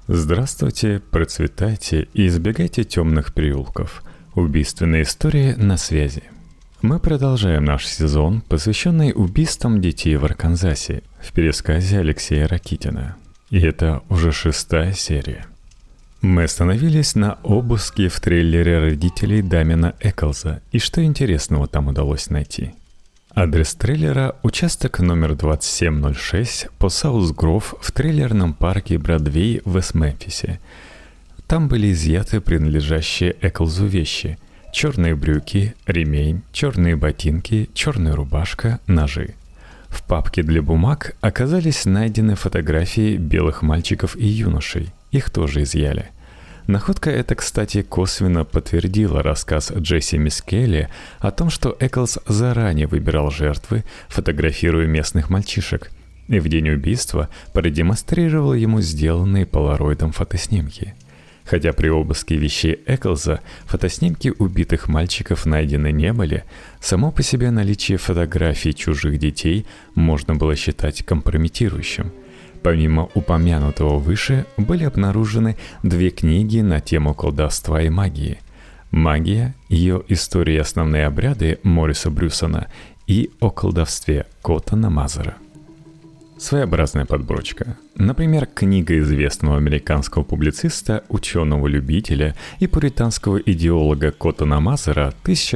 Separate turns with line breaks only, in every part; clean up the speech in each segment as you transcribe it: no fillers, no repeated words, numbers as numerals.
Здравствуйте, процветайте и избегайте темных переулков. Убийственные истории на связи. Мы продолжаем наш сезон, посвященный убийствам детей в Арканзасе, в пересказе Алексея Ракитина. И это уже 6-я серия. Мы остановились на обыске в трейлере родителей Дамиана Эклза, и что интересного там удалось найти. Адрес трейлера – участок номер 2706 по Саус-Гров в трейлерном парке Бродвей в Вест-Мемфисе. Там были изъяты принадлежащие Эклзу вещи – черные брюки, ремень, черные ботинки, черная рубашка, ножи. В папке для бумаг оказались найдены фотографии белых мальчиков и юношей. Их тоже изъяли. Находка эта, кстати, косвенно подтвердила рассказ Джесси Мискелли о том, что Эклз заранее выбирал жертвы, фотографируя местных мальчишек, и в день убийства продемонстрировал ему сделанные полароидом фотоснимки. Хотя при обыске вещей Эклза фотоснимки убитых мальчиков найдены не были, само по себе наличие фотографий чужих детей можно было считать компрометирующим. Помимо упомянутого выше, были обнаружены 2 книги на тему колдовства и магии. «Магия. Ее история и основные обряды» Мориса Брюсона и «О колдовстве» Коттона Мазера. Своеобразная подборочка. Например, книга известного американского публициста, ученого-любителя и пуританского идеолога Коттона Мазера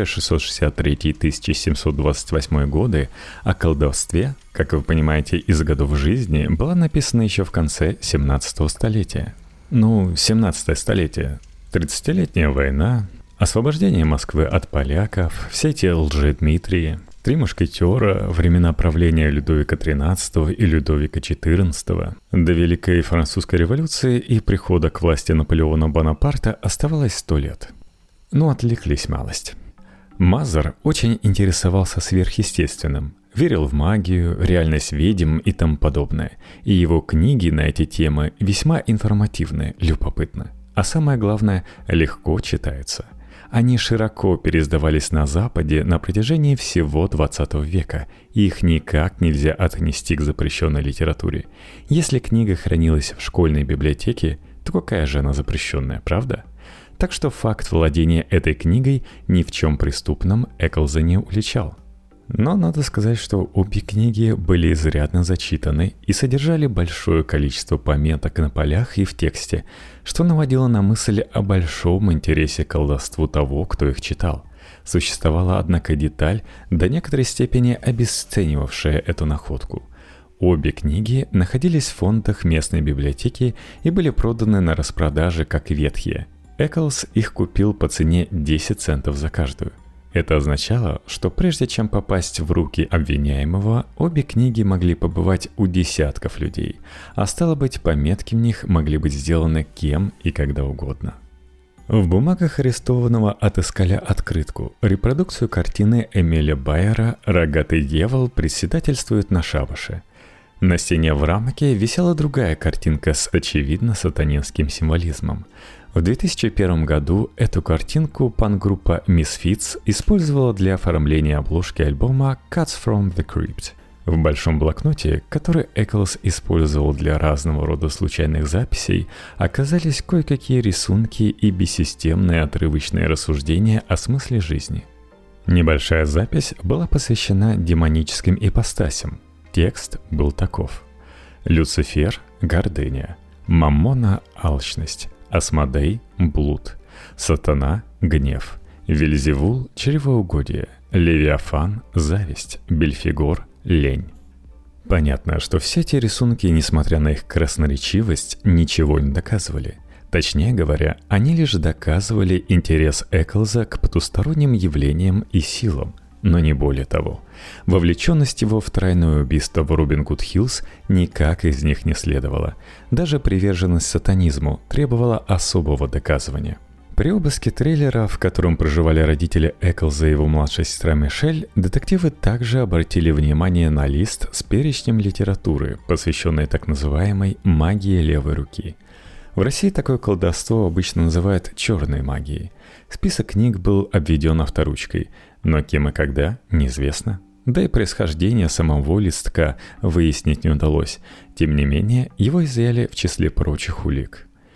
1663-1728 годы о колдовстве, как вы понимаете, из годов жизни, была написана еще в конце 17 столетия. 17 столетие. 30-летняя война, освобождение Москвы от поляков, все эти лжедмитрии, 3 мушкетера, времена правления Людовика XIII и Людовика XIV. До Великой Французской революции и прихода к власти Наполеона Бонапарта оставалось 100 лет. Отвлеклись малость. Мазер очень интересовался сверхъестественным, верил в магию, реальность ведьм и тому подобное. И его книги на эти темы весьма информативны, любопытны. А самое главное, легко читаются. Они широко переиздавались на Западе на протяжении всего 20 века, и их никак нельзя отнести к запрещенной литературе. Если книга хранилась в школьной библиотеке, то какая же она запрещенная, правда? Так что факт владения этой книгой ни в чем преступном Эклза не уличал. Но надо сказать, что обе книги были изрядно зачитаны и содержали большое количество пометок на полях и в тексте, что наводило на мысль о большом интересе к колдовству того, кто их читал. Существовала, однако, деталь, до некоторой степени обесценивавшая эту находку. Обе книги находились в фондах местной библиотеки и были проданы на распродаже как ветхие. Эклз их купил по цене 10 центов за каждую. Это означало, что прежде чем попасть в руки обвиняемого, обе книги могли побывать у десятков людей, а стало быть, пометки в них могли быть сделаны кем и когда угодно. В бумагах арестованного отыскали открытку, репродукцию картины Эмиля Байера «Рогатый дьявол председательствует на шабаше». На стене в рамке висела другая картинка с очевидно сатанинским символизмом. В 2001 году эту картинку панк-группа Misfits использовала для оформления обложки альбома Cuts from the Crypt. В большом блокноте, который Эклз использовал для разного рода случайных записей, оказались кое-какие рисунки и бессистемные отрывочные рассуждения о смысле жизни. Небольшая запись была посвящена демоническим ипостасям. Текст был таков: Люцифер – гордыня, Маммона – алчность, Асмодей – блуд, Сатана – гнев, Вельзевул – чревоугодие, Левиафан – зависть, Бельфигор – лень. Понятно, что все эти рисунки, несмотря на их красноречивость, ничего не доказывали. Точнее говоря, они лишь доказывали интерес Эклза к потусторонним явлениям и силам, но не более того. Вовлеченность его в тройное убийство в Робин-Гуд-Хиллз никак из них не следовала. Даже приверженность сатанизму требовала особого доказывания. При обыске трейлера, в котором проживали родители Эклза и его младшая сестра Мишель, детективы также обратили внимание на лист с перечнем литературы, посвященной так называемой магии левой руки. В России такое колдовство обычно называют черной магией. Список книг был обведен авторучкой, но кем и когда – неизвестно. Да и происхождение самого листка выяснить не удалось. Тем не менее, его изъяли в числе прочих улик.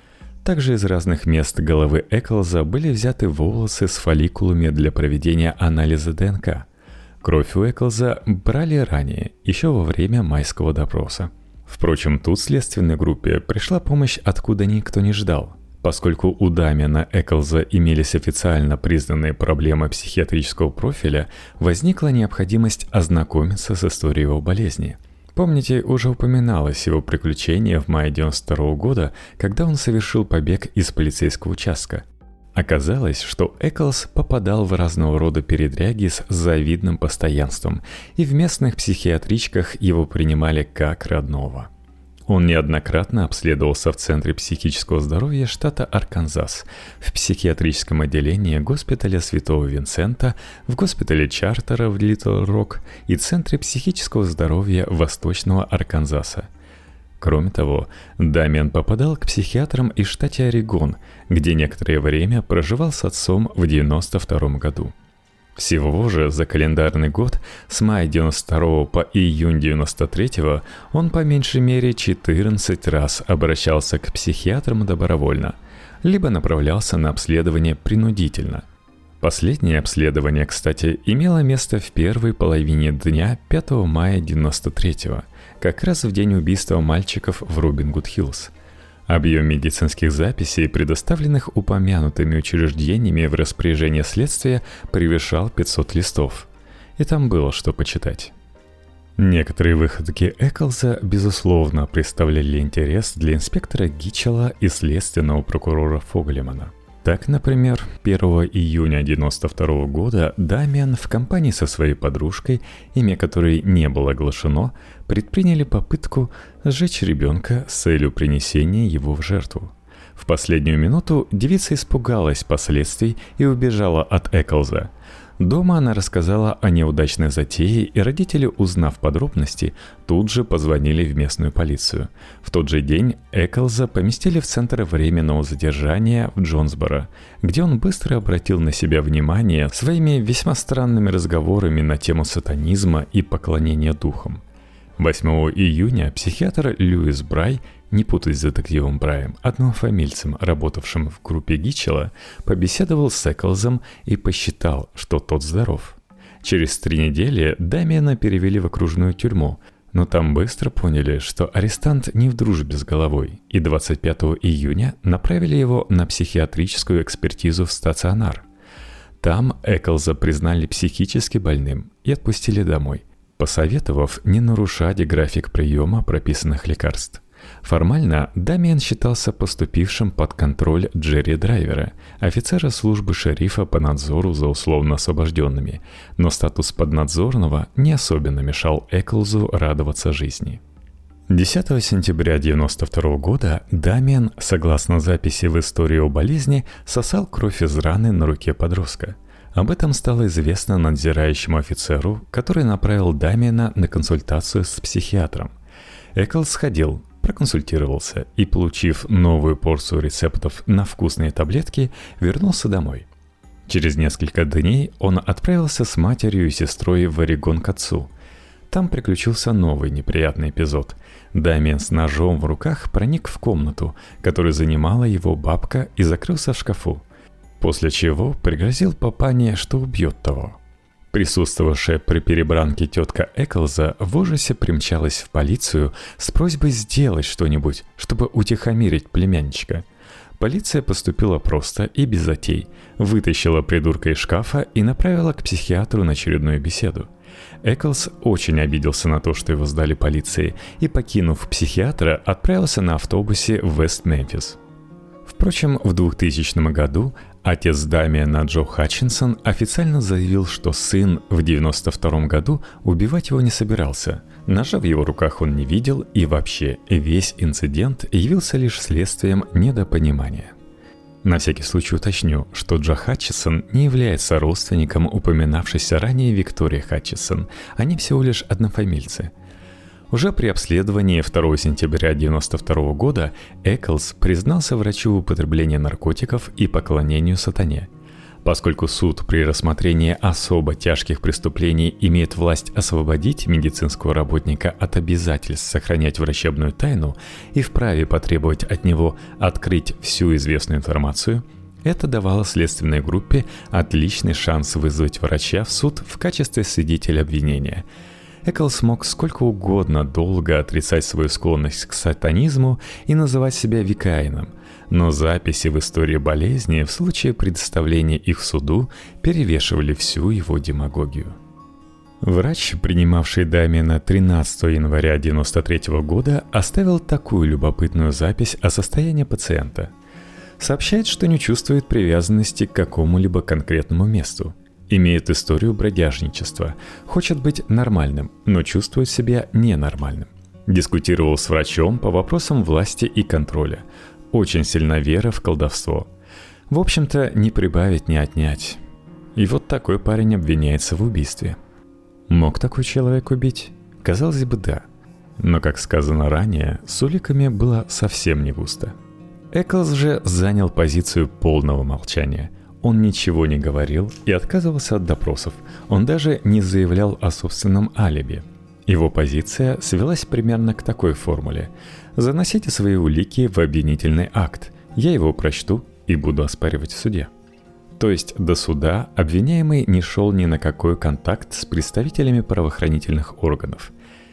Также из разных мест головы Эклза были взяты волосы с фолликулами для проведения анализа ДНК. Кровь у Эклза брали ранее, еще во время майского допроса. Впрочем, тут следственной группе пришла помощь, откуда никто не ждал. Поскольку у Дамиана Эклза имелись официально признанные проблемы психиатрического профиля, возникла необходимость ознакомиться с историей его болезни. Помните, уже упоминалось его приключение в мае 1992 года, когда он совершил побег из полицейского участка. Оказалось, что Эклз попадал в разного рода передряги с завидным постоянством, и в местных психиатричках его принимали как родного. Он неоднократно обследовался в Центре психического здоровья штата Арканзас, в психиатрическом отделении госпиталя Святого Винсента, в госпитале Чартера в Литл-Рок и Центре психического здоровья Восточного Арканзаса. Кроме того, Дамиан попадал к психиатрам из штата Орегон, где некоторое время проживал с отцом в 1992 году. Всего же за календарный год с мая 92 по июнь 93 он по меньшей мере 14 раз обращался к психиатрам добровольно, либо направлялся на обследование принудительно. Последнее обследование, кстати, имело место в первой половине дня 5 мая 93 как раз в день убийства мальчиков в Робин-Гуд-Хиллз. Объем медицинских записей, предоставленных упомянутыми учреждениями в распоряжение следствия, превышал 500 листов. И там было что почитать. Некоторые выходки Эклза, безусловно, представляли интерес для инспектора Гитчелла и следственного прокурора Фоглемана. Так, например, 1 июня 1992 года Дамиан в компании со своей подружкой, имя которой не было оглашено, предприняли попытку сжечь ребенка с целью принесения его в жертву. В последнюю минуту девица испугалась последствий и убежала от Эклза. Дома она рассказала о неудачной затее, и родители, узнав подробности, тут же позвонили в местную полицию. В тот же день Эклза поместили в центр временного задержания в Джонсборо, где он быстро обратил на себя внимание своими весьма странными разговорами на тему сатанизма и поклонения духам. 8 июня психиатр Льюис Брай, не путать с детективом Браем, однофамильцем, работавшим в группе Гитчелла, побеседовал с Эклзом и посчитал, что тот здоров. Через 3 недели Дамиана перевели в окружную тюрьму, но там быстро поняли, что арестант не в дружбе с головой, и 25 июня направили его на психиатрическую экспертизу в стационар. Там Эклза признали психически больным и отпустили домой, посоветовав не нарушать график приема прописанных лекарств. Формально Дамиан считался поступившим под контроль Джерри Драйвера, офицера службы шерифа по надзору за условно освобожденными, но статус поднадзорного не особенно мешал Эклзу радоваться жизни. 10 сентября 1992 года Дамиан, согласно записи в истории о болезни, сосал кровь из раны на руке подростка. Об этом стало известно надзирающему офицеру, который направил Дамиана на консультацию с психиатром. Эклз сходил, проконсультировался и, получив новую порцию рецептов на вкусные таблетки, вернулся домой. Через несколько дней он отправился с матерью и сестрой в Орегон к отцу. Там приключился новый неприятный эпизод. Дамиан с ножом в руках проник в комнату, которую занимала его бабка, и закрылся в шкафу, после чего пригрозил папане, что убьет того. Присутствовавшая при перебранке тетка Эклза в ужасе примчалась в полицию с просьбой сделать что-нибудь, чтобы утихомирить племянничка. Полиция поступила просто и без затей, вытащила придурка из шкафа и направила к психиатру на очередную беседу. Эклз очень обиделся на то, что его сдали полиции, и, покинув психиатра, отправился на автобусе в Вест-Мемфис. Впрочем, в 2000 году отец Дамиана Джо Хатчинсон официально заявил, что сын в 1992 году убивать его не собирался. Ножа в его руках он не видел, и вообще весь инцидент явился лишь следствием недопонимания. На всякий случай уточню, что Джо Хатчинсон не является родственником упоминавшейся ранее Виктории Хатчинсон, они всего лишь однофамильцы. Уже при обследовании 2 сентября 1992 года Эклз признался врачу в употреблении наркотиков и поклонению сатане. Поскольку суд при рассмотрении особо тяжких преступлений имеет власть освободить медицинского работника от обязательств сохранять врачебную тайну и вправе потребовать от него открыть всю известную информацию, это давало следственной группе отличный шанс вызвать врача в суд в качестве свидетеля обвинения. Эклс мог сколько угодно долго отрицать свою склонность к сатанизму и называть себя викаином, но записи в истории болезни в случае предоставления их суду перевешивали всю его демагогию. Врач, принимавший Дамиена 13 января 1993 года, оставил такую любопытную запись о состоянии пациента. Сообщает, что не чувствует привязанности к какому-либо конкретному месту. Имеет историю бродяжничества, хочет быть нормальным, но чувствует себя ненормальным. Дискутировал с врачом по вопросам власти и контроля. Очень сильна вера в колдовство. В общем-то, не прибавить, не отнять. И вот такой парень обвиняется в убийстве. Мог такой человек убить? Казалось бы, да. Но, как сказано ранее, с уликами было совсем не густо. Эклс же занял позицию полного молчания. Он ничего не говорил и отказывался от допросов. Он даже не заявлял о собственном алиби. Его позиция свелась примерно к такой формуле: «Заносите свои улики в обвинительный акт, я его прочту и буду оспаривать в суде». То есть до суда обвиняемый не шел ни на какой контакт с представителями правоохранительных органов.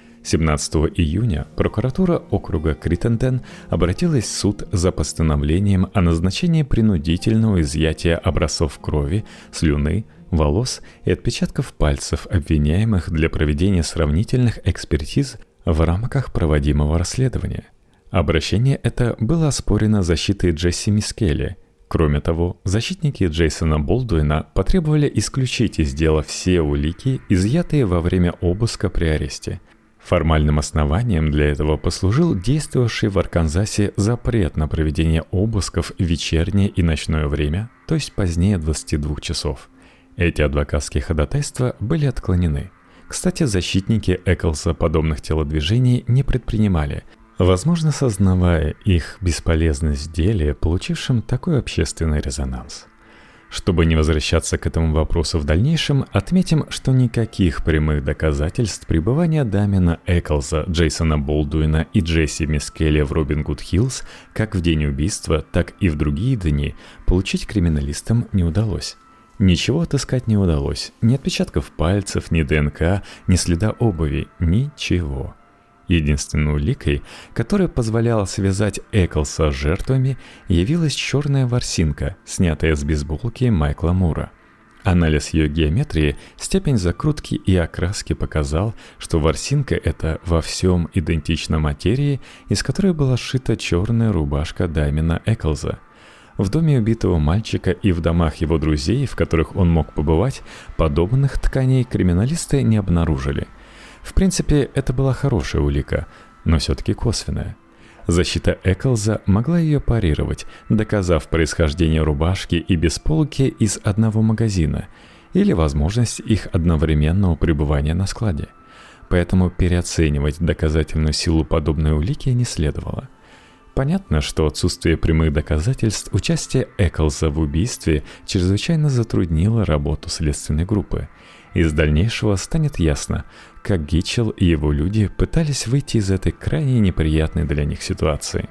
17 июня прокуратура округа Криттенден обратилась в суд за постановлением о назначении принудительного изъятия образцов крови, слюны, волос и отпечатков пальцев обвиняемых для проведения сравнительных экспертиз в рамках проводимого расследования. Обращение это было оспорено защитой Джесси Мискелли. Кроме того, защитники Джейсона Болдуина потребовали исключить из дела все улики, изъятые во время обыска при аресте. Формальным основанием для этого послужил действовавший в Арканзасе запрет на проведение обысков в вечернее и ночное время, то есть позднее 22 часов. Эти адвокатские ходатайства были отклонены. Кстати, защитники Эклса подобных телодвижений не предпринимали, возможно, сознавая их бесполезность в деле, получившем такой общественный резонанс. Чтобы не возвращаться к этому вопросу в дальнейшем, отметим, что никаких прямых доказательств пребывания Дамиена Эклса, Джейсона Болдуина и Джесси Мискелли в Робин Гуд Хиллз как в день убийства, так и в другие дни получить криминалистам не удалось. Ничего отыскать не удалось, ни отпечатков пальцев, ни ДНК, ни следа обуви, ничего. Единственной уликой, которая позволяла связать Эклса с жертвами, явилась черная ворсинка, снятая с бейсболки Майкла Мура. Анализ ее геометрии, степень закрутки и окраски показал, что ворсинка эта во всем идентична материи, из которой была сшита черная рубашка Дамиена Эклса. В доме убитого мальчика и в домах его друзей, в которых он мог побывать, подобных тканей криминалисты не обнаружили. В принципе, это была хорошая улика, но все-таки косвенная. Защита Эклса могла ее парировать, доказав происхождение рубашки и бейсболки из одного магазина или возможность их одновременного пребывания на складе. Поэтому переоценивать доказательную силу подобной улики не следовало. Понятно, что отсутствие прямых доказательств участия Эклса в убийстве чрезвычайно затруднило работу следственной группы. Из дальнейшего станет ясно, как Гитчелл и его люди пытались выйти из этой крайне неприятной для них ситуации.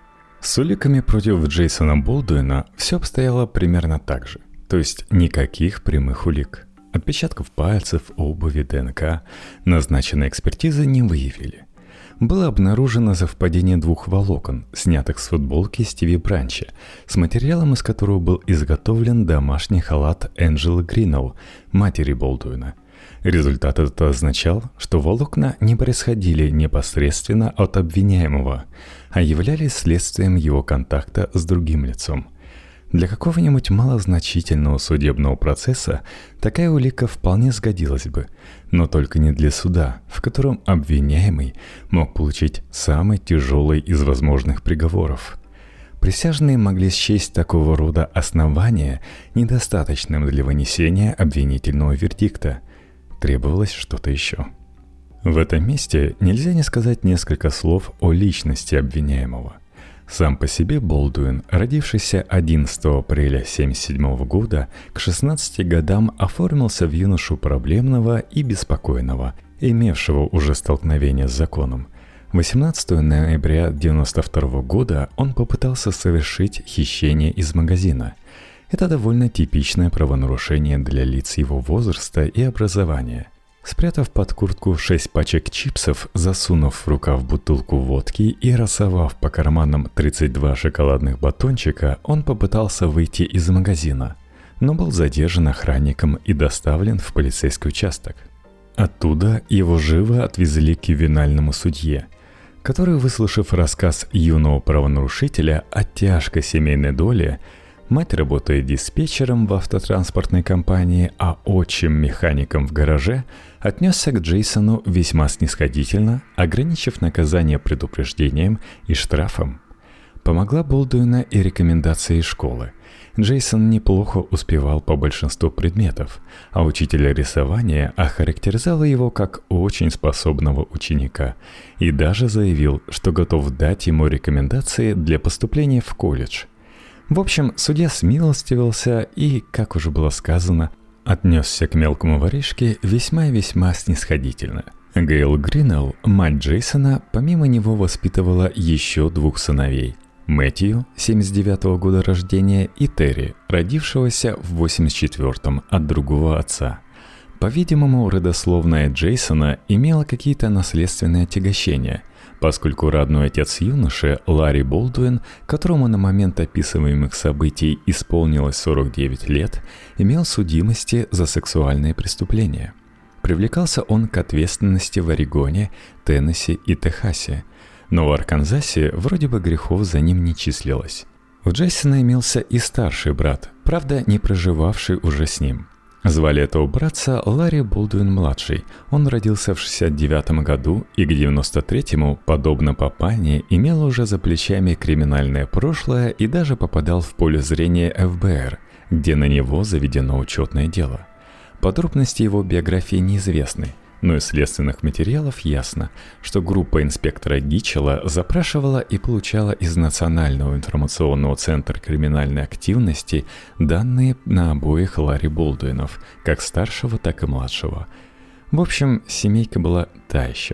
С уликами против Джейсона Болдуина все обстояло примерно так же, то есть никаких прямых улик. Отпечатков пальцев, обуви, ДНК назначенные экспертизы не выявили. Было обнаружено совпадение двух волокон, снятых с футболки Стиви Бранча, с материалом, из которого был изготовлен домашний халат Энджелы Гринелл, матери Болдуина. Результат этот означал, что волокна не происходили непосредственно от обвиняемого, а являлись следствием его контакта с другим лицом. Для какого-нибудь малозначительного судебного процесса такая улика вполне сгодилась бы, но только не для суда, в котором обвиняемый мог получить самый тяжелый из возможных приговоров. Присяжные могли счесть такого рода основания недостаточным для вынесения обвинительного вердикта. Требовалось что-то еще. В этом месте нельзя не сказать несколько слов о личности обвиняемого. Сам по себе Болдуин, родившийся 11 апреля 1977 года, к 16 годам оформился в юношу проблемного и беспокойного, имевшего уже столкновение с законом. 18 ноября 1992 года он попытался совершить хищение из магазина. Это довольно типичное правонарушение для лиц его возраста и образования. Спрятав под куртку 6 пачек чипсов, засунув в рукав бутылку водки и рассовав по карманам 32 шоколадных батончика, он попытался выйти из магазина, но был задержан охранником и доставлен в полицейский участок. Оттуда его живо отвезли к ювенальному судье, который, выслушав рассказ юного правонарушителя о тяжкой семейной доле, мать работает диспетчером в автотранспортной компании, а отчим механиком в гараже, отнесся к Джейсону весьма снисходительно, ограничив наказание предупреждением и штрафом. Помогла Болдуина и рекомендация из школы. Джейсон неплохо успевал по большинству предметов, а учитель рисования охарактеризовал его как очень способного ученика и даже заявил, что готов дать ему рекомендации для поступления в колледж. В общем, судья смилостивился и, как уже было сказано, отнесся к мелкому воришке весьма и весьма снисходительно. Гейл Гринелл, мать Джейсона, помимо него воспитывала еще 2 сыновей – Мэтью, 79 года рождения, и Терри, родившегося в 84-м от другого отца. По-видимому, родословная Джейсона имела какие-то наследственные отягощения, поскольку родной отец юноши, Ларри Болдуин, которому на момент описываемых событий исполнилось 49 лет, имел судимости за сексуальные преступления. Привлекался он к ответственности в Орегоне, Теннесси и Техасе, но в Арканзасе вроде бы грехов за ним не числилось. У Джейсона имелся и старший брат, правда, не проживавший уже с ним. Звали этого братца Ларри Болдуин-младший. Он родился в 69 году и к 93-му, подобно папане, имел уже за плечами криминальное прошлое и даже попадал в поле зрения ФБР, где на него заведено учетное дело. Подробности его биографии неизвестны, но из следственных материалов ясно, что группа инспектора Гитчелла запрашивала и получала из Национального информационного центра криминальной активности данные на обоих Ларри Болдуинов, как старшего, так и младшего. В общем, семейка была та еще.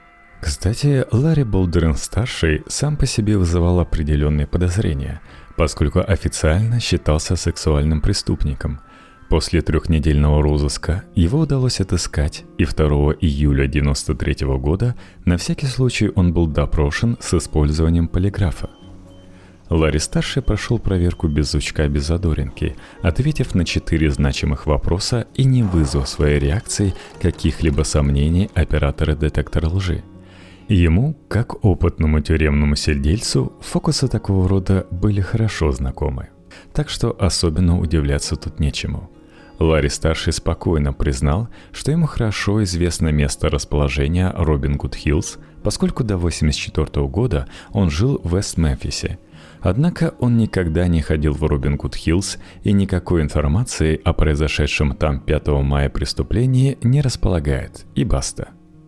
Кстати, Ларри Болдуин-старший сам по себе вызывал определенные подозрения, поскольку официально считался сексуальным преступником. После 3-недельного розыска его удалось отыскать, и 2 июля 1993 года на всякий случай он был допрошен с использованием полиграфа. Ларри-старший прошел проверку без сучка, без задоринки, ответив на 4 значимых вопроса и не вызвав своей реакцией каких-либо сомнений оператора детектора лжи. Ему, как опытному тюремному сидельцу, фокусы такого рода были хорошо знакомы, так что особенно удивляться тут нечему. Ларри-старший спокойно признал, что ему хорошо известно место расположения Робин-Гуд-Хиллз, поскольку до 1984 года он жил в Вест-Мемфисе. Однако он никогда не ходил в Робин-Гуд-Хиллз и никакой информации о произошедшем там 5 мая преступлении не располагает, и баста.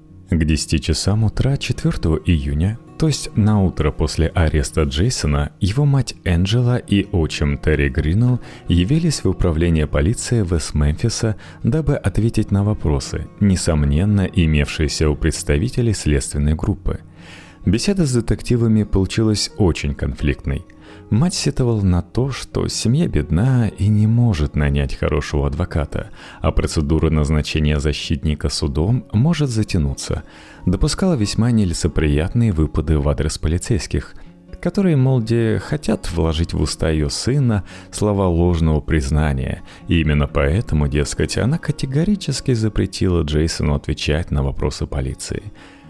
К 10 часам утра 4 июня, то есть на утро после ареста Джейсона, его мать Энджела и отчим Терри Гринелл явились в управление полиции Вест-Мемфиса, дабы ответить на вопросы, несомненно имевшиеся у представителей следственной группы. Беседа с детективами получилась очень конфликтной. Мать сетовала на то, что семья бедна и не может нанять хорошего адвоката, а процедура назначения защитника судом может затянуться. Допускала весьма нелицеприятные выпады в адрес полицейских, которые, мол, хотят вложить в уста ее сына слова ложного признания, и именно поэтому, дескать, она категорически запретила Джейсону отвечать на вопросы полиции.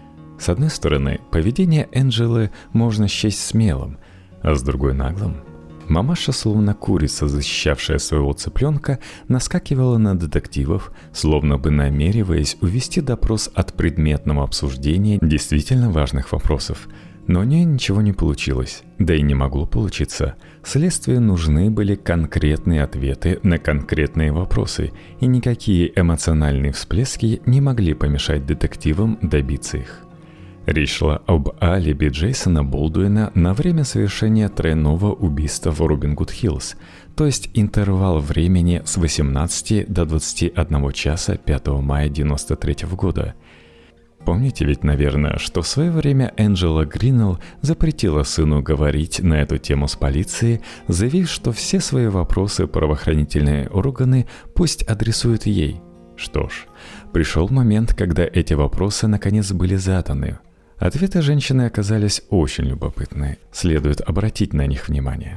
С одной стороны, поведение Энджелы можно счесть смелым, а с другой наглым. Мамаша, словно курица, защищавшая своего цыпленка, наскакивала на детективов, словно бы намереваясь увести допрос от предметного обсуждения действительно важных вопросов. Но у нее ничего не получилось, да и не могло получиться. Следствию нужны были конкретные ответы на конкретные вопросы, и никакие эмоциональные всплески не могли помешать детективам добиться их. Речь шла об алиби Джейсона Болдуина на время совершения тройного убийства в Робин-Гуд-Хиллз, то есть интервал времени с 18 до 21 часа 5 мая 1993 года. Помните ведь, наверное, что в свое время Энджела Гринелл запретила сыну говорить на эту тему с полицией, заявив, что все свои вопросы правоохранительные органы пусть адресуют ей. Что ж, пришел момент, когда эти вопросы наконец были заданы. Ответы женщины оказались очень любопытны, следует обратить на них внимание.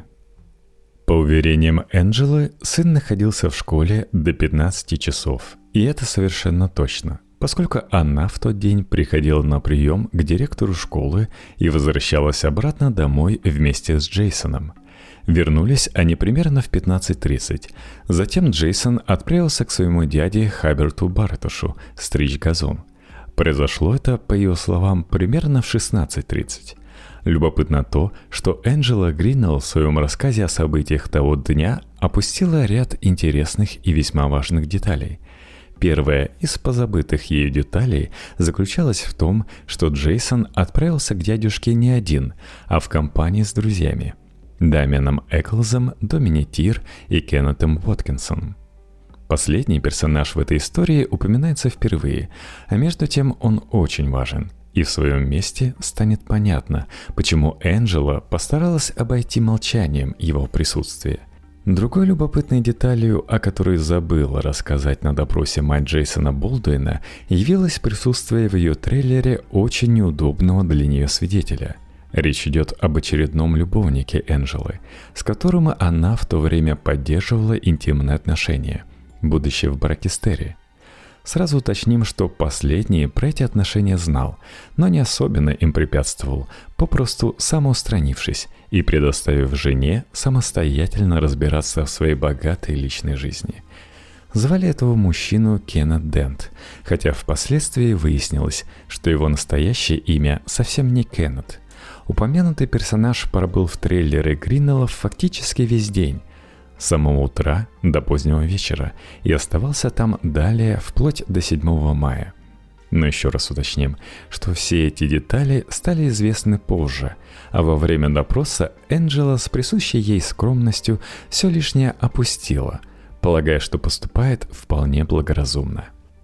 По уверениям Энджелы, сын находился в школе до 15 часов, и это совершенно точно, поскольку она в тот день приходила на прием к директору школы и возвращалась обратно домой вместе с Джейсоном. Вернулись они примерно в 15:30. Затем Джейсон отправился к своему дяде Хаберту Бартошу стричь газон. Произошло это, по ее словам, примерно в 16:30. Любопытно то, что Энджела Гринелл в своем рассказе о событиях того дня опустила ряд интересных и весьма важных деталей. Первая из позабытых ею деталей заключалась в том, что Джейсон отправился к дядюшке не один, а в компании с друзьями – Дамианом Эклзом, Домини Тир и Кеннетом Уоткинсом. Последний персонаж в этой истории упоминается впервые, а между тем он очень важен, и в своем месте станет понятно, почему Энджела постаралась обойти молчанием его присутствие. Другой любопытной деталью, о которой забыла рассказать на допросе мать Джейсона Болдуина, явилось присутствие в ее трейлере очень неудобного для нее свидетеля. Речь идет об очередном любовнике Энджелы, с которым она в то время поддерживала интимные отношения, будучи в браке с Терри. Сразу уточним, что последний про эти отношения знал, но не особенно им препятствовал, попросту самоустранившись и предоставив жене самостоятельно разбираться в своей богатой личной жизни. Звали этого мужчину Кеннет Дент, хотя впоследствии выяснилось, что его настоящее имя совсем не Кеннет. Упомянутый персонаж пробыл в трейлере Гринеллов фактически весь день, с самого утра до позднего вечера, и оставался там далее вплоть до 7 мая. Но еще раз уточним, что все эти детали стали известны позже, а во время допроса Энджела с присущей ей скромностью все лишнее опустила, полагая, что поступает вполне благоразумно.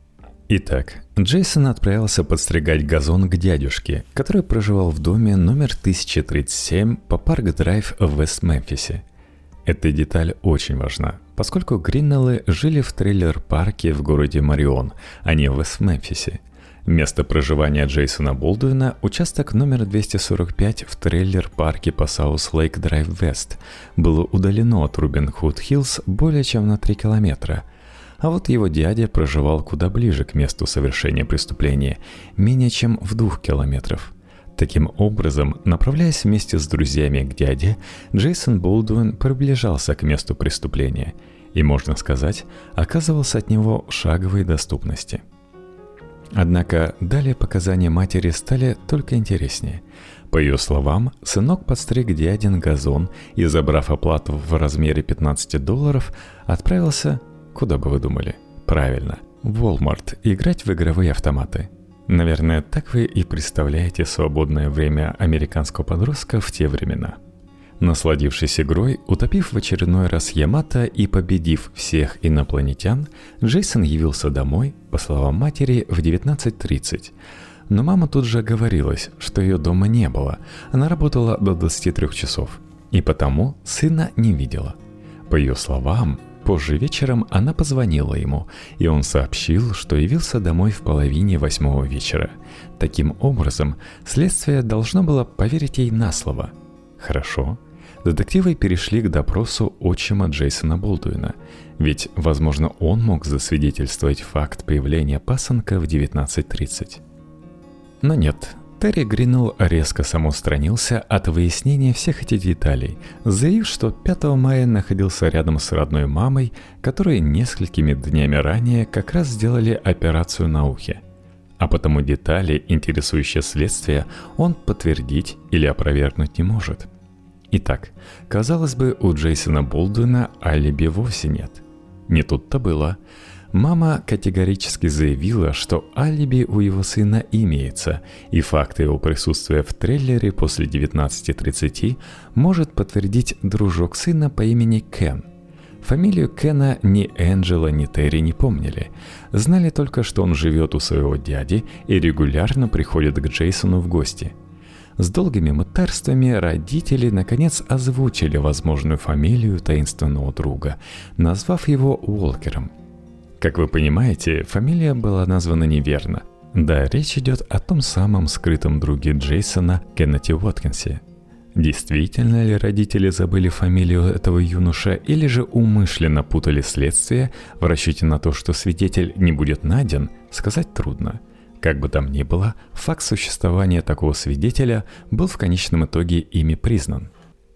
Итак, Джейсон отправился подстригать газон к дядюшке, который проживал в доме номер 1037 по Парк-драйв в Вест-Мемфисе. Эта деталь очень важна, поскольку Гринеллы жили в трейлер-парке в городе Марион, а не в Вест-Мемфисе. Место проживания Джейсона Болдуина – участок номер 245 в трейлер-парке по Саус-Лейк-Драйв-Вест, было удалено от Робин-Худ-Хиллз более чем на 3 километра. А вот его дядя проживал куда ближе к месту совершения преступления, менее чем в 2 километрах. Таким образом, направляясь вместе с друзьями к дяде, Джейсон Болдуин приближался к месту преступления и, можно сказать, оказывался от него в шаговой доступности. Однако далее показания матери стали только интереснее. По ее словам, сынок подстриг дядин газон и, забрав оплату в размере $15, отправился, куда бы вы думали? Правильно, в Walmart играть в игровые автоматы. Наверное, так вы и представляете свободное время американского подростка в те времена. Насладившись игрой, утопив в очередной раз Ямато и победив всех инопланетян, Джейсон явился домой, по словам матери, в 19:30. Но мама тут же оговорилась, что ее дома не было, она работала до 23 часов, и потому сына не видела. По ее словам, позже вечером она позвонила ему, и он сообщил, что явился домой в 7:30 вечера. Таким образом, следствие должно было поверить ей на слово. Хорошо. Детективы перешли к допросу отчима Джейсона Болдуина, ведь, возможно, он мог засвидетельствовать факт появления пасынка в 19:30. Но нет. Терри Гринелл резко самоустранился от выяснения всех этих деталей, заявив, что 5 мая находился рядом с родной мамой, которой несколькими днями ранее как раз сделали операцию на ухе. А потому детали, интересующие следствие, он подтвердить или опровергнуть не может. Итак, казалось бы, у Джейсона Болдуина алиби вовсе нет. Не тут-то было. Мама категорически заявила, что алиби у его сына имеется, и факт его присутствия в трейлере после 19:30 может подтвердить дружок сына по имени Кен. Фамилию Кена ни Энджела, ни Терри не помнили. Знали только, что он живет у своего дяди и регулярно приходит к Джейсону в гости. С долгими мытарствами родители наконец озвучили возможную фамилию таинственного друга, назвав его Уолкером. Как вы понимаете, фамилия была названа неверно. Да, речь идет о том самом скрытом друге Джейсона Кеннети Уоткинсе. Действительно ли родители забыли фамилию этого юноша или же умышленно путали следствие в расчете на то, что свидетель не будет найден, сказать трудно. Как бы там ни было, факт существования такого свидетеля был в конечном итоге ими признан.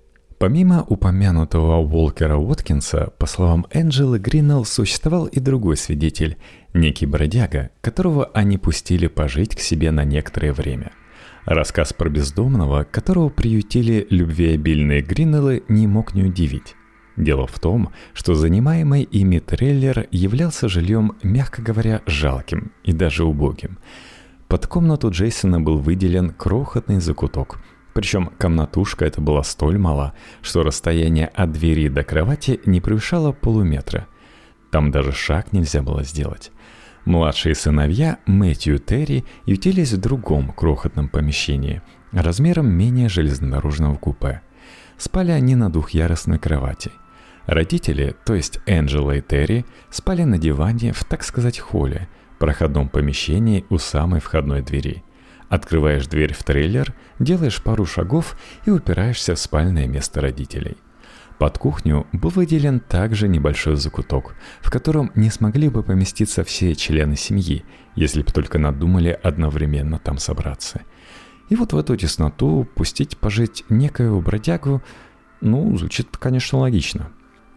Помимо упомянутого Уолкера Уоткинса, по словам Энджелы Гринелл, существовал и другой свидетель, некий бродяга, которого они пустили пожить к себе на некоторое время. Рассказ про бездомного, которого приютили любвеобильные Гринеллы, не мог не удивить. Дело в том, что занимаемый ими трейлер являлся жильем, мягко говоря, жалким и даже убогим. Под комнату Джейсона был выделен крохотный закуток. Причем комнатушка эта была столь мала, что расстояние от двери до кровати не превышало полуметра. Там даже шаг нельзя было сделать. Младшие сыновья Мэтью и Терри ютились в другом крохотном помещении, размером менее железнодорожного купе. Спали они на двухъярусной кровати. Родители, то есть Энджела и Терри, спали на диване в, так сказать, холле, проходном помещении у самой входной двери. Открываешь дверь в трейлер, делаешь пару шагов и упираешься в спальное место родителей. Под кухню был выделен также небольшой закуток, в котором не смогли бы поместиться все члены семьи, если бы только надумали одновременно там собраться. И вот в эту тесноту пустить пожить некоего бродягу, звучит, конечно, логично.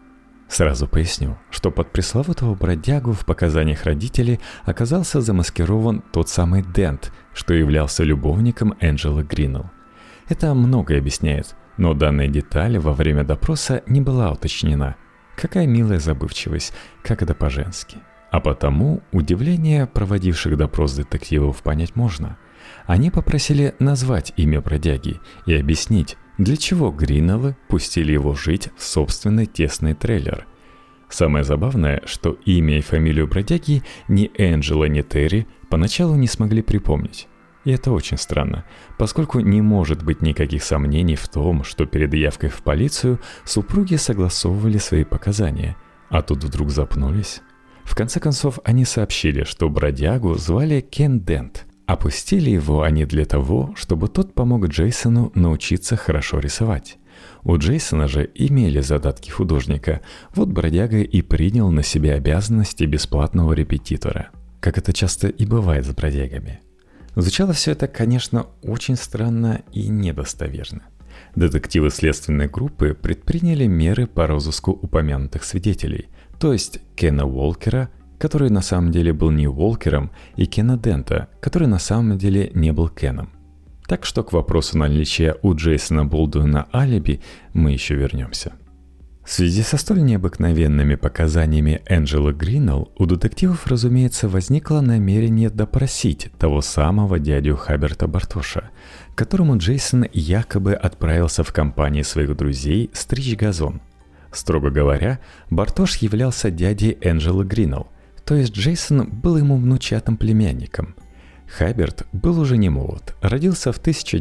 Сразу поясню, что под пресловутого бродягу в показаниях родителей оказался замаскирован тот самый Дент, что являлся любовником Энджелы Гринелл. Это многое объясняет, но данная деталь во время допроса не была уточнена. Какая милая забывчивость, как это по-женски. А потому удивление проводивших допрос детективов понять можно. Они попросили назвать имя бродяги и объяснить, для чего Гринеллы пустили его жить в собственный тесный трейлер. Самое забавное, что имя и фамилию бродяги ни Энджела, ни Терри поначалу не смогли припомнить. И это очень странно, поскольку не может быть никаких сомнений в том, что перед явкой в полицию супруги согласовывали свои показания, а тут вдруг запнулись. В конце концов, они сообщили, что бродягу звали Кен Дент. Опустили его они для того, чтобы тот помог Джейсону научиться хорошо рисовать. У Джейсона же имели задатки художника, вот бродяга и принял на себя обязанности бесплатного репетитора, как это часто и бывает с бродягами. Звучало все это, конечно, очень странно и недостоверно. Детективы следственной группы предприняли меры по розыску упомянутых свидетелей, то есть Кена Уолкера, который на самом деле был не Уолкером, и Кена Дента, который на самом деле не был Кеном. Так что к вопросу наличия у Джейсона Болдуина алиби мы еще вернемся. В связи со столь необыкновенными показаниями Энджелы Гринелл у детективов, разумеется, возникло намерение допросить того самого дядю Хаберта Бартоша, к которому Джейсон якобы отправился в компании своих друзей стричь газон. Строго говоря, Бартош являлся дядей Энджелы Гринелл, то есть Джейсон был ему внучатым племянником. Хаберт был уже не молод, родился в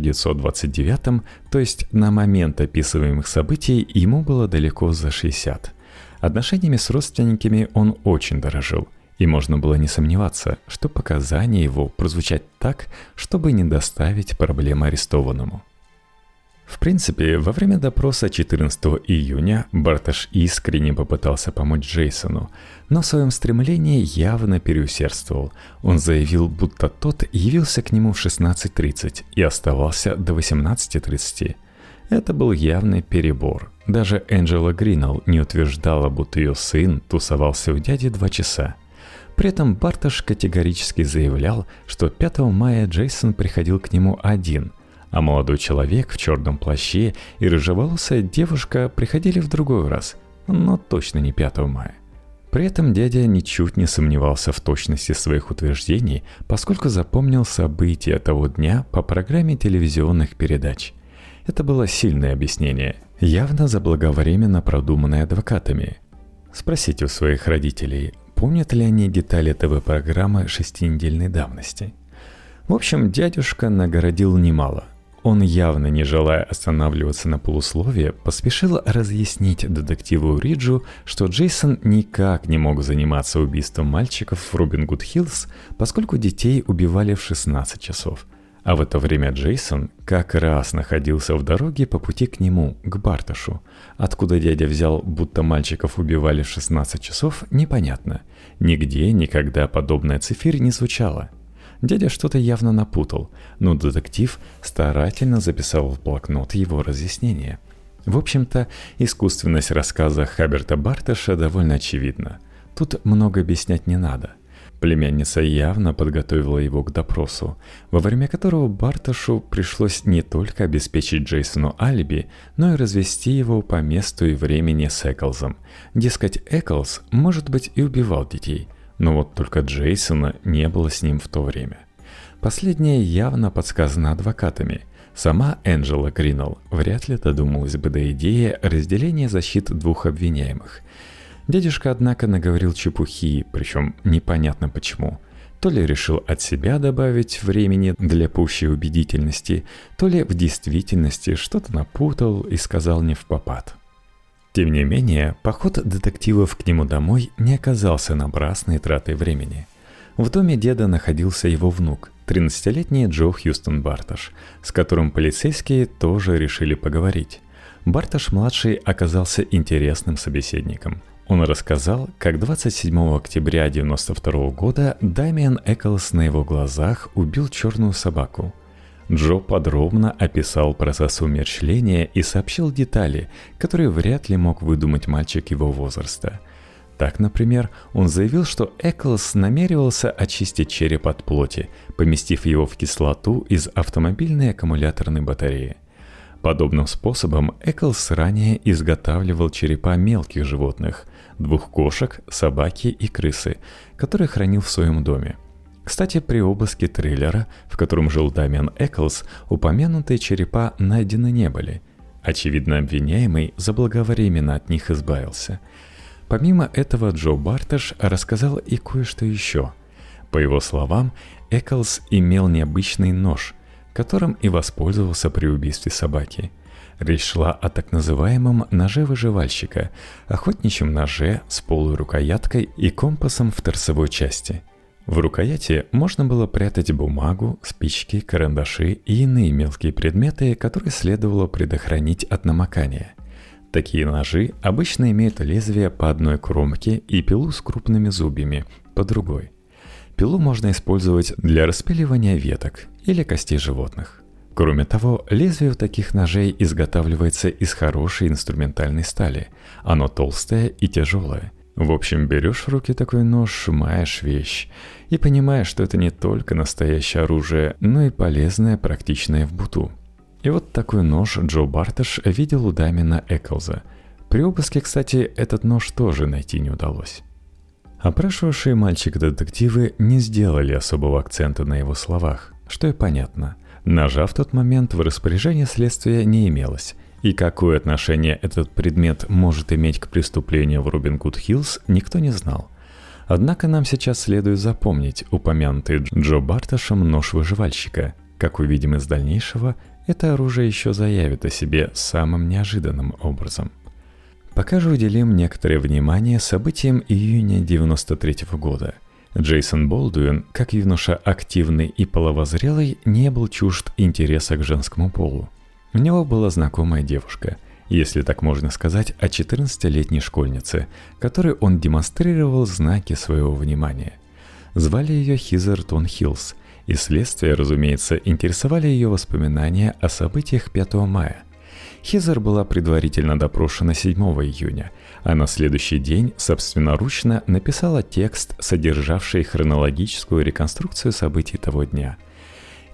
1929, то есть на момент описываемых событий ему было далеко за 60. Отношениями с родственниками он очень дорожил, и можно было не сомневаться, что показания его прозвучат так, чтобы не доставить проблем арестованному. В принципе, во время допроса 14 июня Бартош искренне попытался помочь Джейсону, но в своем стремлении явно переусердствовал. Он заявил, будто тот явился к нему в 16:30 и оставался до 18:30. Это был явный перебор. Даже Энджела Гринелл не утверждала, будто ее сын тусовался у дяди 2 часа. При этом Бартош категорически заявлял, что 5 мая Джейсон приходил к нему один, а молодой человек в черном плаще и рыжеволосая девушка приходили в другой раз, но точно не 5 мая. При этом дядя ничуть не сомневался в точности своих утверждений, поскольку запомнил события того дня по программе телевизионных передач. Это было сильное объяснение, явно заблаговременно продуманное адвокатами. Спросите у своих родителей, помнят ли они детали ТВ-программы 6-недельной давности. В общем, дядюшка нагородил немало. Он, явно не желая останавливаться на полусловие, поспешил разъяснить детективу Риджу, что Джейсон никак не мог заниматься убийством мальчиков в Робин-Гуд-Хиллз, поскольку детей убивали в 16 часов. А в это время Джейсон как раз находился в дороге по пути к нему, к Бартошу. Откуда дядя взял, будто мальчиков убивали в 16 часов, непонятно. Нигде никогда подобная цифирь не звучала. Дядя что-то явно напутал, но детектив старательно записал в блокнот его разъяснения. В общем-то, искусственность рассказа Хаберта Бартоша довольно очевидна. Тут много объяснять не надо. Племянница явно подготовила его к допросу, во время которого Бартошу пришлось не только обеспечить Джейсону алиби, но и развести его по месту и времени с Эклзом. Дескать, Эклз, может быть, и убивал детей, но вот только Джейсона не было с ним в то время. Последнее явно подсказано адвокатами. Сама Энджела Гринелл вряд ли додумалась бы до идеи разделения защит двух обвиняемых. Дядюшка, однако, наговорил чепухи, причем непонятно почему. То ли решил от себя добавить времени для пущей убедительности, то ли в действительности что-то напутал и сказал невпопад. Тем не менее, поход детективов к нему домой не оказался напрасной тратой времени. В доме деда находился его внук, 13-летний Джо Хьюстон Бартош, с которым полицейские тоже решили поговорить. Бартош-младший оказался интересным собеседником. Он рассказал, как 27 октября 1992 года Дамиан Эклз на его глазах убил черную собаку. Джо подробно описал процесс умерщвления и сообщил детали, которые вряд ли мог выдумать мальчик его возраста. Так, например, он заявил, что Эклз намеревался очистить череп от плоти, поместив его в кислоту из автомобильной аккумуляторной батареи. Подобным способом Эклз ранее изготавливал черепа мелких животных – 2 кошек, собаки и крысы, которые хранил в своем доме. Кстати, при обыске трейлера, в котором жил Дамиан Эклз, упомянутые черепа найдены не были. Очевидно, обвиняемый заблаговременно от них избавился. Помимо этого, Джо Бартош рассказал и кое-что еще. По его словам, Эклз имел необычный нож, которым и воспользовался при убийстве собаки. Речь шла о так называемом ноже выживальщика, охотничьем ноже с полой рукояткой и компасом в торцевой части. В рукояти можно было прятать бумагу, спички, карандаши и иные мелкие предметы, которые следовало предохранить от намокания. Такие ножи обычно имеют лезвие по одной кромке и пилу с крупными зубьями по другой. Пилу можно использовать для распиливания веток или костей животных. Кроме того, лезвие у таких ножей изготавливается из хорошей инструментальной стали. Оно толстое и тяжелое. В общем, берешь в руки такой нож, сжимаешь вещь и понимаешь, что это не только настоящее оружие, но и полезное, практичное в быту. И вот такой нож Джо Бартош видел у Дамиана Эклза. При обыске, кстати, этот нож тоже найти не удалось. Опрашивавшие мальчика-детективы не сделали особого акцента на его словах, что и понятно. Ножа в тот момент в распоряжении следствия не имелось, и какое отношение этот предмет может иметь к преступлению в Робин-Гуд-Хиллз, никто не знал. Однако нам сейчас следует запомнить упомянутый Джо Бартошем нож выживальщика. Как увидим из дальнейшего, это оружие еще заявит о себе самым неожиданным образом. Пока же уделим некоторое внимание событиям июня 1993 года. Джейсон Болдуин, как юноша активный и половозрелый, не был чужд интереса к женскому полу. У него была знакомая девушка, если так можно сказать, о 14-летней школьнице, которой он демонстрировал знаки своего внимания. Звали ее Хизер Тон Хиллс, и следствие, разумеется, интересовали ее воспоминания о событиях 5 мая. Хизер была предварительно допрошена 7 июня, а на следующий день собственноручно написала текст, содержавший хронологическую реконструкцию событий того дня.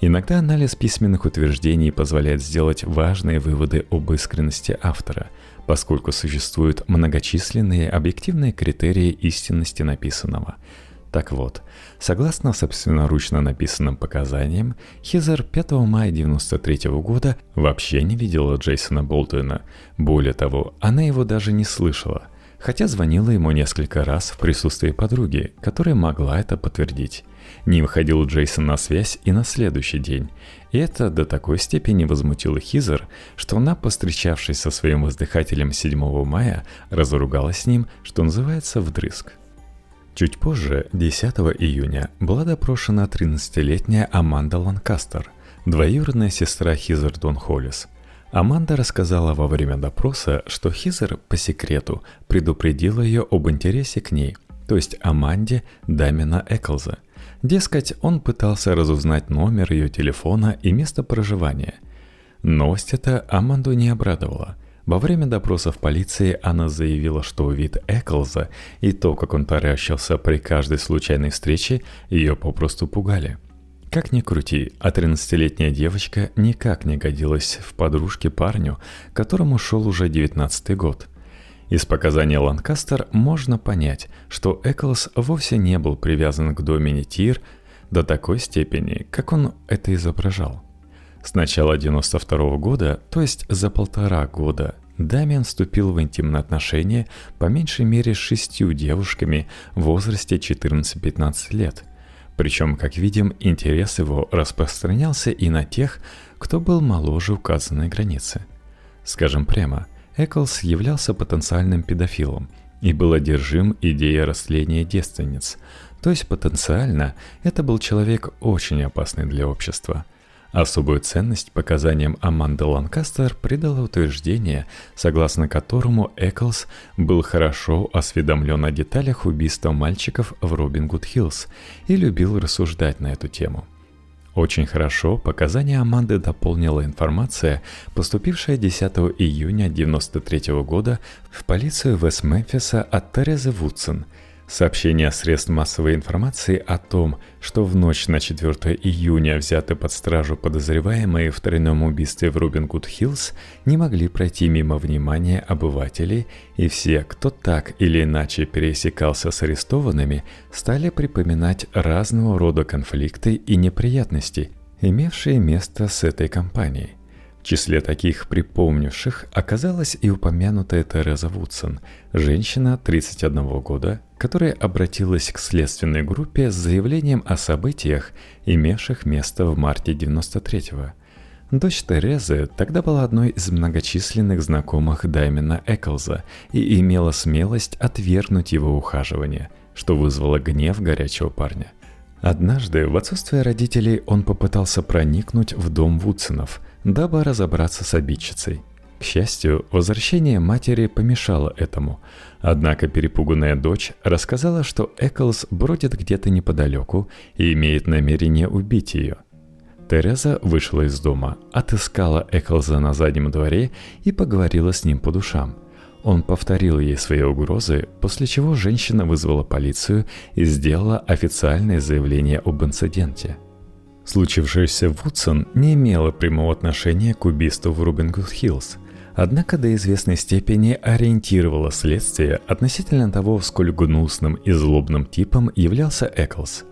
Иногда анализ письменных утверждений позволяет сделать важные выводы об искренности автора, поскольку существуют многочисленные объективные критерии истинности написанного. Так вот, согласно собственноручно написанным показаниям, Хизер 5 мая 1993 года вообще не видела Джейсона Болдуина. Более того, она его даже не слышала, хотя звонила ему несколько раз в присутствии подруги, которая могла это подтвердить. Не выходил Джейсон на связь и на следующий день. И это до такой степени возмутило Хизер, что она, повстречавшись со своим воздыхателем 7 мая, разругалась с ним, что называется, вдрызг. Чуть позже, 10 июня, была допрошена 13-летняя Аманда Ланкастер, двоюродная сестра Хизер Дон Холлис. Аманда рассказала во время допроса, что Хизер по секрету предупредила ее об интересе к ней, то есть Аманде Дамина Эклза. Дескать, он пытался разузнать номер ее телефона и место проживания. Новость эта Аманду не обрадовала. Во время допроса в полиции она заявила, что вид Эклза и то, как он таращился при каждой случайной встрече, ее попросту пугали. Как ни крути, а 13-летняя девочка никак не годилась в подружке парню, которому шел уже 19-й год. Из показаний Ланкастер можно понять, что Эклз вовсе не был привязан к Домини Тир до такой степени, как он это изображал. С начала 1992 года, то есть за 1,5 года, Дамиан вступил в интимные отношения по меньшей мере с 6 девушками в возрасте 14-15 лет. Причем, как видим, интерес его распространялся и на тех, кто был моложе указанной границы. Скажем прямо, Эклз являлся потенциальным педофилом и был одержим идеей растления девственниц, то есть потенциально это был человек очень опасный для общества. Особую ценность показаниям Аманды Ланкастер придало утверждение, согласно которому Эклз был хорошо осведомлен о деталях убийства мальчиков в Робин Гуд Хиллз и любил рассуждать на эту тему. Очень хорошо показания Аманды дополнила информация, поступившая 10 июня 1993 года в полицию Вест-Мемфиса от Терезы Вудсон. Сообщения средств массовой информации о том, что в ночь на 4 июня взяты под стражу подозреваемые в тройном убийстве в Робин Гуд Хиллз, не могли пройти мимо внимания обывателей, и все, кто так или иначе пересекался с арестованными, стали припоминать разного рода конфликты и неприятности, имевшие место с этой компанией. В числе таких припомнивших оказалась и упомянутая Тереза Вудсон, женщина 31 года, которая обратилась к следственной группе с заявлением о событиях, имевших место в марте 93-го. Дочь Терезы тогда была одной из многочисленных знакомых Дамина Эклза и имела смелость отвергнуть его ухаживание, что вызвало гнев горячего парня. Однажды, в отсутствие родителей, он попытался проникнуть в дом Вудсонов, дабы разобраться с обидчицей. К счастью, возвращение матери помешало этому, однако перепуганная дочь рассказала, что Эклз бродит где-то неподалеку и имеет намерение убить ее. Тереза вышла из дома, отыскала Эклза на заднем дворе и поговорила с ним по душам. Он повторил ей свои угрозы, после чего женщина вызвала полицию и сделала официальное заявление об инциденте. Случившееся в Вудсон не имело прямого отношения к убийству в Робин Гуд Хиллз, однако до известной степени ориентировало следствие относительно того, сколь гнусным и злобным типом являлся Эклз.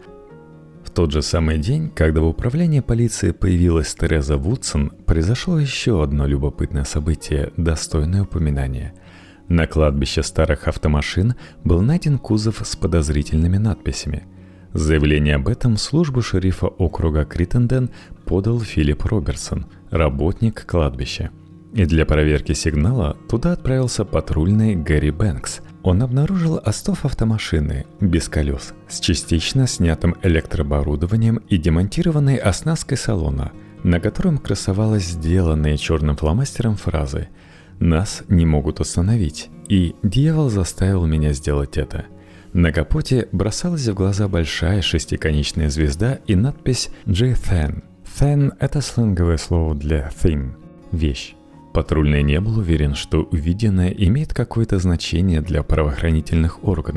В тот же самый день, когда в управлении полиции появилась Тереза Вудсон, произошло еще одно любопытное событие, достойное упоминания. На кладбище старых автомашин был найден кузов с подозрительными надписями. Заявление об этом в службу шерифа округа Криттенден подал Филипп Робертсон, работник кладбища. И для проверки сигнала туда отправился патрульный Гэри Бэнкс. Он обнаружил остов автомашины без колес с частично снятым электрооборудованием и демонтированной оснасткой салона, на котором красовалась сделанная черным фломастером фразы «Нас не могут остановить» и «Дьявол заставил меня сделать это». На капоте бросалась в глаза большая шестиконечная звезда и надпись J-Than. Than – это сленговое слово для thing – вещь. Патрульный не был уверен, что увиденное имеет какое-то значение для правоохранительных органов,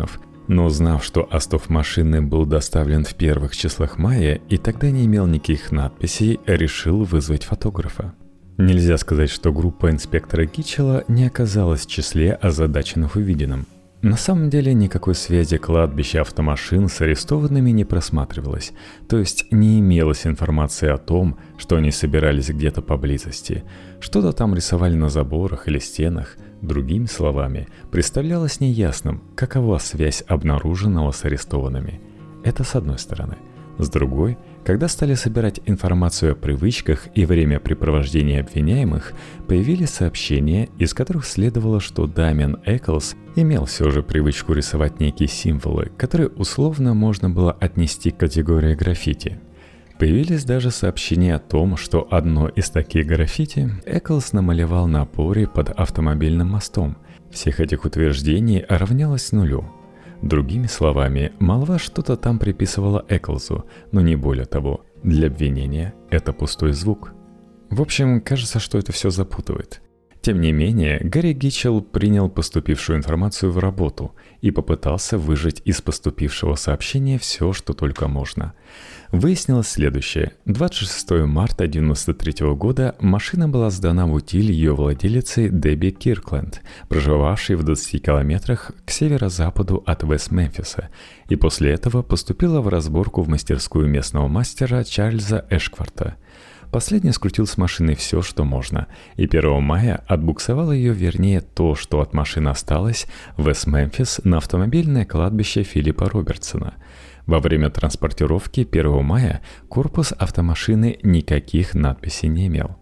Но узнав, что остов машины был доставлен в первых числах мая и тогда не имел никаких надписей, решил вызвать фотографа. Нельзя сказать, что группа инспектора Гитчелла не оказалась в числе озадаченных увиденным. На самом деле никакой связи кладбища автомашин с арестованными не просматривалось, то есть не имелось информации о том, что они собирались где-то поблизости, что-то там рисовали на заборах или стенах. Другими словами, представлялось неясным, какова связь обнаруженного с арестованными. Это с одной стороны. С другой, когда стали собирать информацию о привычках и времяпрепровождении обвиняемых, появились сообщения, из которых следовало, что Дамиан Эклс имел все же привычку рисовать некие символы, которые условно можно было отнести к категории граффити. Появились даже сообщения о том, что одно из таких граффити Эклс намалевал на опоре под автомобильным мостом. Всех этих утверждений равнялось нулю. Другими словами, молва что-то там приписывала Эклзу, но не более того. Для обвинения это пустой звук. В общем, кажется, что это все запутывает. Тем не менее, Гарри Гитчелл принял поступившую информацию в работу и попытался выжать из поступившего сообщения все, что только можно. Выяснилось следующее. 26 марта 1993 года машина была сдана в утиль ее владелицей Дебби Киркленд, проживавшей в 20 километрах к северо-западу от Вест-Мемфиса, и после этого поступила в разборку в мастерскую местного мастера Чарльза Эшкварта. Последний скрутил с машины все, что можно, и 1 мая отбуксовал ее, вернее, то, что от машины осталось, в Вест-Мемфис на автомобильное кладбище Филиппа Робертсона. Во время транспортировки 1 мая корпус автомашины никаких надписей не имел.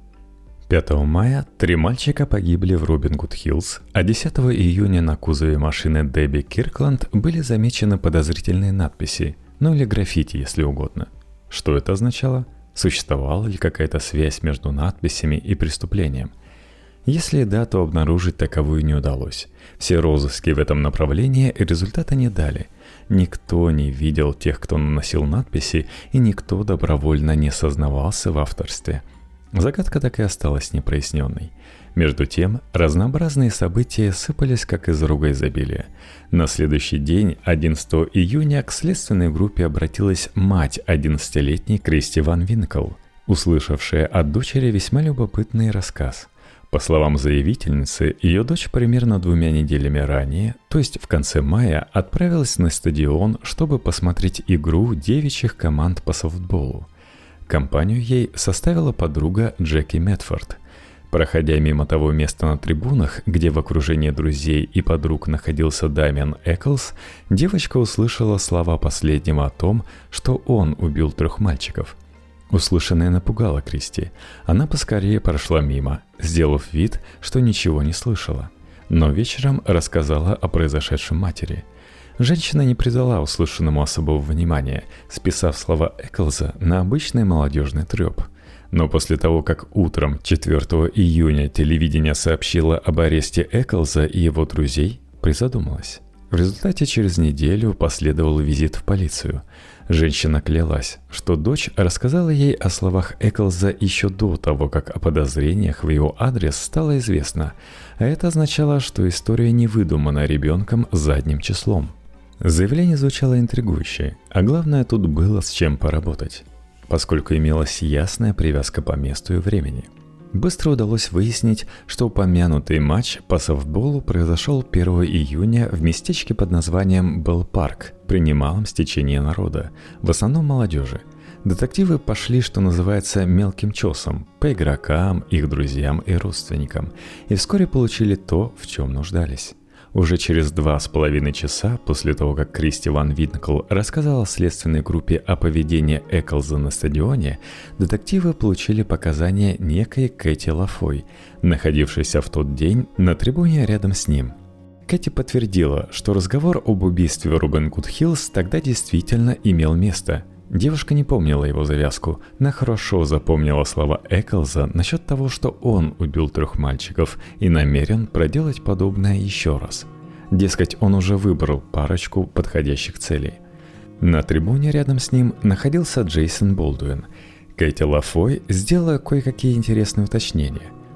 5 мая 3 мальчика погибли в Робин-Гуд-Хиллз, а 10 июня на кузове машины Дебби Киркленд были замечены подозрительные надписи, ну или граффити, если угодно. Что это означало? Существовала ли какая-то связь между надписями и преступлением? Если да, то обнаружить таковую не удалось. Все розыски в этом направлении результата не дали. Никто не видел тех, кто наносил надписи, и никто добровольно не сознавался в авторстве. Загадка так и осталась непроясненной. Между тем, разнообразные события сыпались как из рога изобилия. На следующий день, 11 июня, к следственной группе обратилась мать 11-летней Кристи Ван Винкл, услышавшая от дочери весьма любопытный рассказ. По словам заявительницы, ее дочь примерно 2 неделями ранее, то есть в конце мая, отправилась на стадион, чтобы посмотреть игру девичьих команд по софтболу. Компанию ей составила подруга Джеки Медфорд. Проходя мимо того места на трибунах, где в окружении друзей и подруг находился Дамиан Эклс, девочка услышала слова последнего о том, что он убил 3 мальчиков. Услышанное напугало Кристи. Она поскорее прошла мимо, сделав вид, что ничего не слышала. Но вечером рассказала о произошедшем матери. Женщина не придала услышанному особого внимания, списав слова Эклза на обычный молодежный треп. Но после того, как утром 4 июня телевидение сообщило об аресте Эклза и его друзей, призадумалась. В результате через неделю последовал визит в полицию. Женщина клялась, что дочь рассказала ей о словах Эклза еще до того, как о подозрениях в его адрес стало известно, а это означало, что история не выдумана ребенком задним числом. Заявление звучало интригующе, а главное, тут было с чем поработать, поскольку имелась ясная привязка по месту и времени. Быстро удалось выяснить, что упомянутый матч по софтболу произошел 1 июня в местечке под названием Белл-Парк при немалом стечении народа, в основном молодежи. Детективы пошли, что называется, мелким чесом, по игрокам, их друзьям и родственникам, и вскоре получили то, в чем нуждались. Уже через 2,5 часа после того, как Кристи Ван Винкл рассказала следственной группе о поведении Эклза на стадионе, детективы получили показания некой Кэти Лафой, находившейся в тот день на трибуне рядом с ним. Кэти подтвердила, что разговор об убийстве в Робин-Гуд-Хиллз тогда действительно имел место. Девушка не помнила его завязку, но хорошо запомнила слова Эклза насчет того, что он убил 3 мальчиков и намерен проделать подобное еще раз. Дескать, он уже выбрал парочку подходящих целей. На трибуне рядом с ним находился Джейсон Болдуин. Кэти Лафой сделала кое-какие интересные уточнения.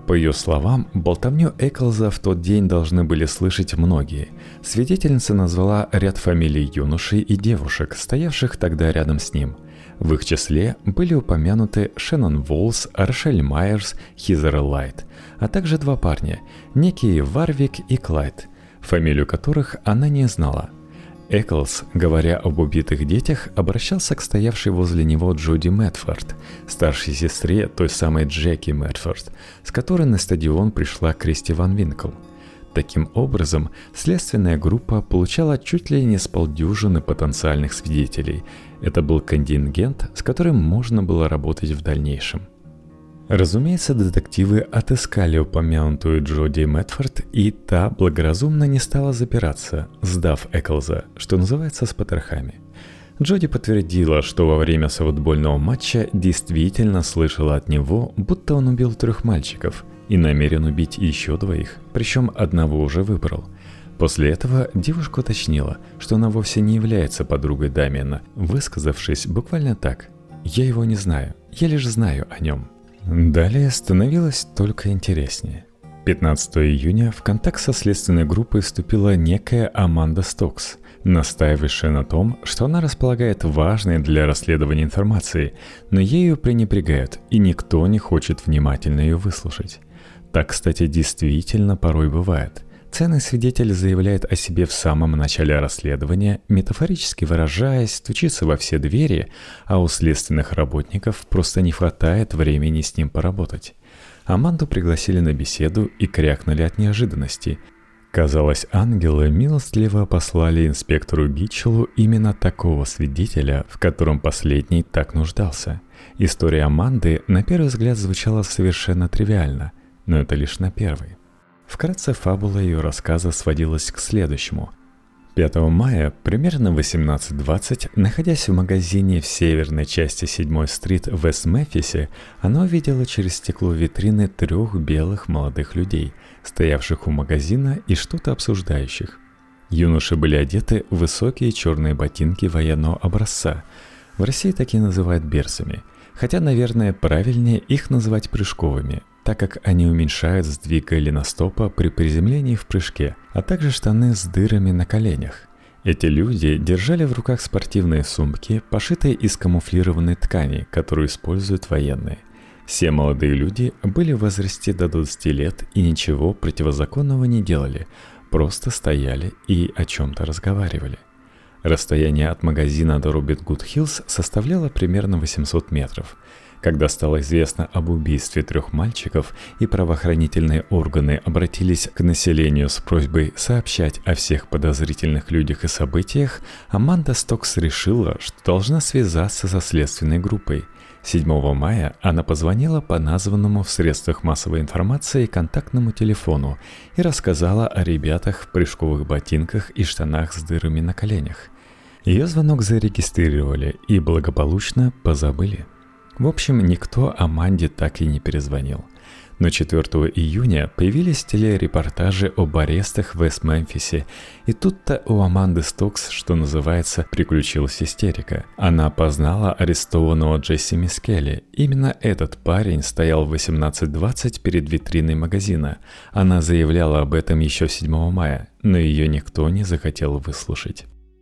По ее словам, болтовню Эклза в тот день должны были слышать многие. Свидетельница назвала ряд фамилий юношей и девушек, стоявших тогда рядом с ним. В их числе были упомянуты Шеннон Волс, Рошель Майерс, Хизер Лайт, а также два парня, некие Варвик и Клайд, фамилию которых она не знала. Эклз, говоря об убитых детях, обращался к стоявшей возле него Джуди Медфорд, старшей сестре той самой Джеки Медфорд, с которой на стадион пришла Кристи Ван Винкл. Таким образом, следственная группа получала чуть ли не с полдюжины потенциальных свидетелей. Это был контингент, с которым можно было работать в дальнейшем. Разумеется, детективы отыскали упомянутую Джуди Медфорд, и та благоразумно не стала запираться, сдав Эклза, что называется, с потрохами. Джуди подтвердила, что во время футбольного матча действительно слышала от него, будто он убил 3 мальчиков и намерен убить еще 2, причем одного уже выбрал. После этого девушка уточнила, что она вовсе не является подругой Дамиана, высказавшись буквально так: «Я его не знаю, я лишь знаю о нем». Далее становилось только интереснее. 15 июня в контакт со следственной группой вступила некая Аманда Стокс, настаивавшая на том, что она располагает важной для расследования информацией, но ею пренебрегают, и никто не хочет внимательно ее выслушать. Так, кстати, действительно порой бывает. Ценный свидетель заявляет о себе в самом начале расследования, метафорически выражаясь, стучится во все двери, а у следственных работников просто не хватает времени с ним поработать. Аманду пригласили на беседу и крякнули от неожиданности. Казалось, ангелы милостливо послали инспектору Гитчеллу именно такого свидетеля, в котором последний так нуждался. История Аманды на первый взгляд звучала совершенно тривиально, но это лишь на первый. Вкратце, фабула ее рассказа сводилась к следующему. 5 мая, примерно в 18:20, находясь в магазине в северной части 7-й стрит в Вест-Мемфисе, она увидела через стекло витрины 3 белых молодых людей, стоявших у магазина и что-то обсуждающих. Юноши были одеты в высокие черные ботинки военного образца. В России такие называют берцами, хотя, наверное, правильнее их называть прыжковыми, так как они уменьшают сдвиг голеностопа при приземлении в прыжке, а также штаны с дырами на коленях. Эти люди держали в руках спортивные сумки, пошитые из камуфлированной ткани, которую используют военные. Все молодые люди были в возрасте до 20 лет и ничего противозаконного не делали, просто стояли и о чем-то разговаривали. Расстояние от магазина до Робин Гуд Хиллз составляло примерно 800 метров. Когда стало известно об убийстве 3 мальчиков и правоохранительные органы обратились к населению с просьбой сообщать о всех подозрительных людях и событиях, Аманда Стокс решила, что должна связаться со следственной группой. 7 мая она позвонила по названному в средствах массовой информации контактному телефону и рассказала о ребятах в прыжковых ботинках и штанах с дырами на коленях. Ее звонок зарегистрировали и благополучно позабыли. В общем, никто Аманде так и не перезвонил. Но 4 июня появились телерепортажи об арестах в Вест-Мемфисе, и тут-то у Аманды Стокс, что называется, приключилась истерика. Она опознала арестованного Джесси Мискелли. Именно этот парень стоял в 18:20 перед витриной магазина. Она заявляла об этом еще 7 мая, но ее никто не захотел выслушать.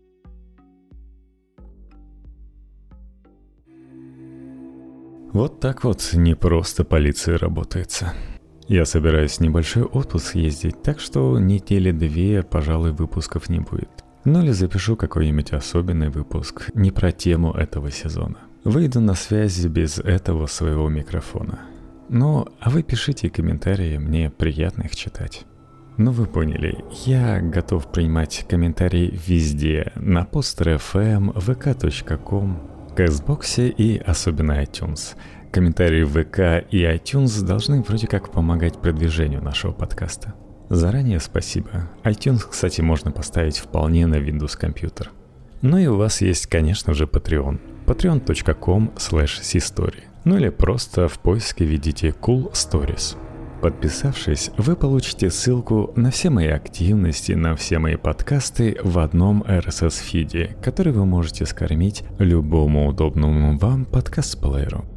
Вот так вот не просто полиции работается. Я собираюсь в небольшой отпуск ездить, так что недели 2, пожалуй, выпусков не будет. Ну или запишу какой-нибудь особенный выпуск, не про тему этого сезона. Выйду на связь без этого своего микрофона. Ну, а вы пишите комментарии, мне приятно их читать. Ну вы поняли, я готов принимать комментарии везде, на Podster.fm, vk.com, Castbox и особенно iTunes. Комментарии в ВК и iTunes должны вроде как помогать продвижению нашего подкаста. Заранее спасибо. iTunes, кстати, можно поставить вполне на Windows компьютер. Ну и у вас есть, конечно же, Patreon. patreon.com/cstory. Ну или просто в поиске введите Cool Stories. Подписавшись, вы получите ссылку на все мои активности, на все мои подкасты в одном RSS-фиде, который вы можете скормить любому удобному вам подкаст-плееру.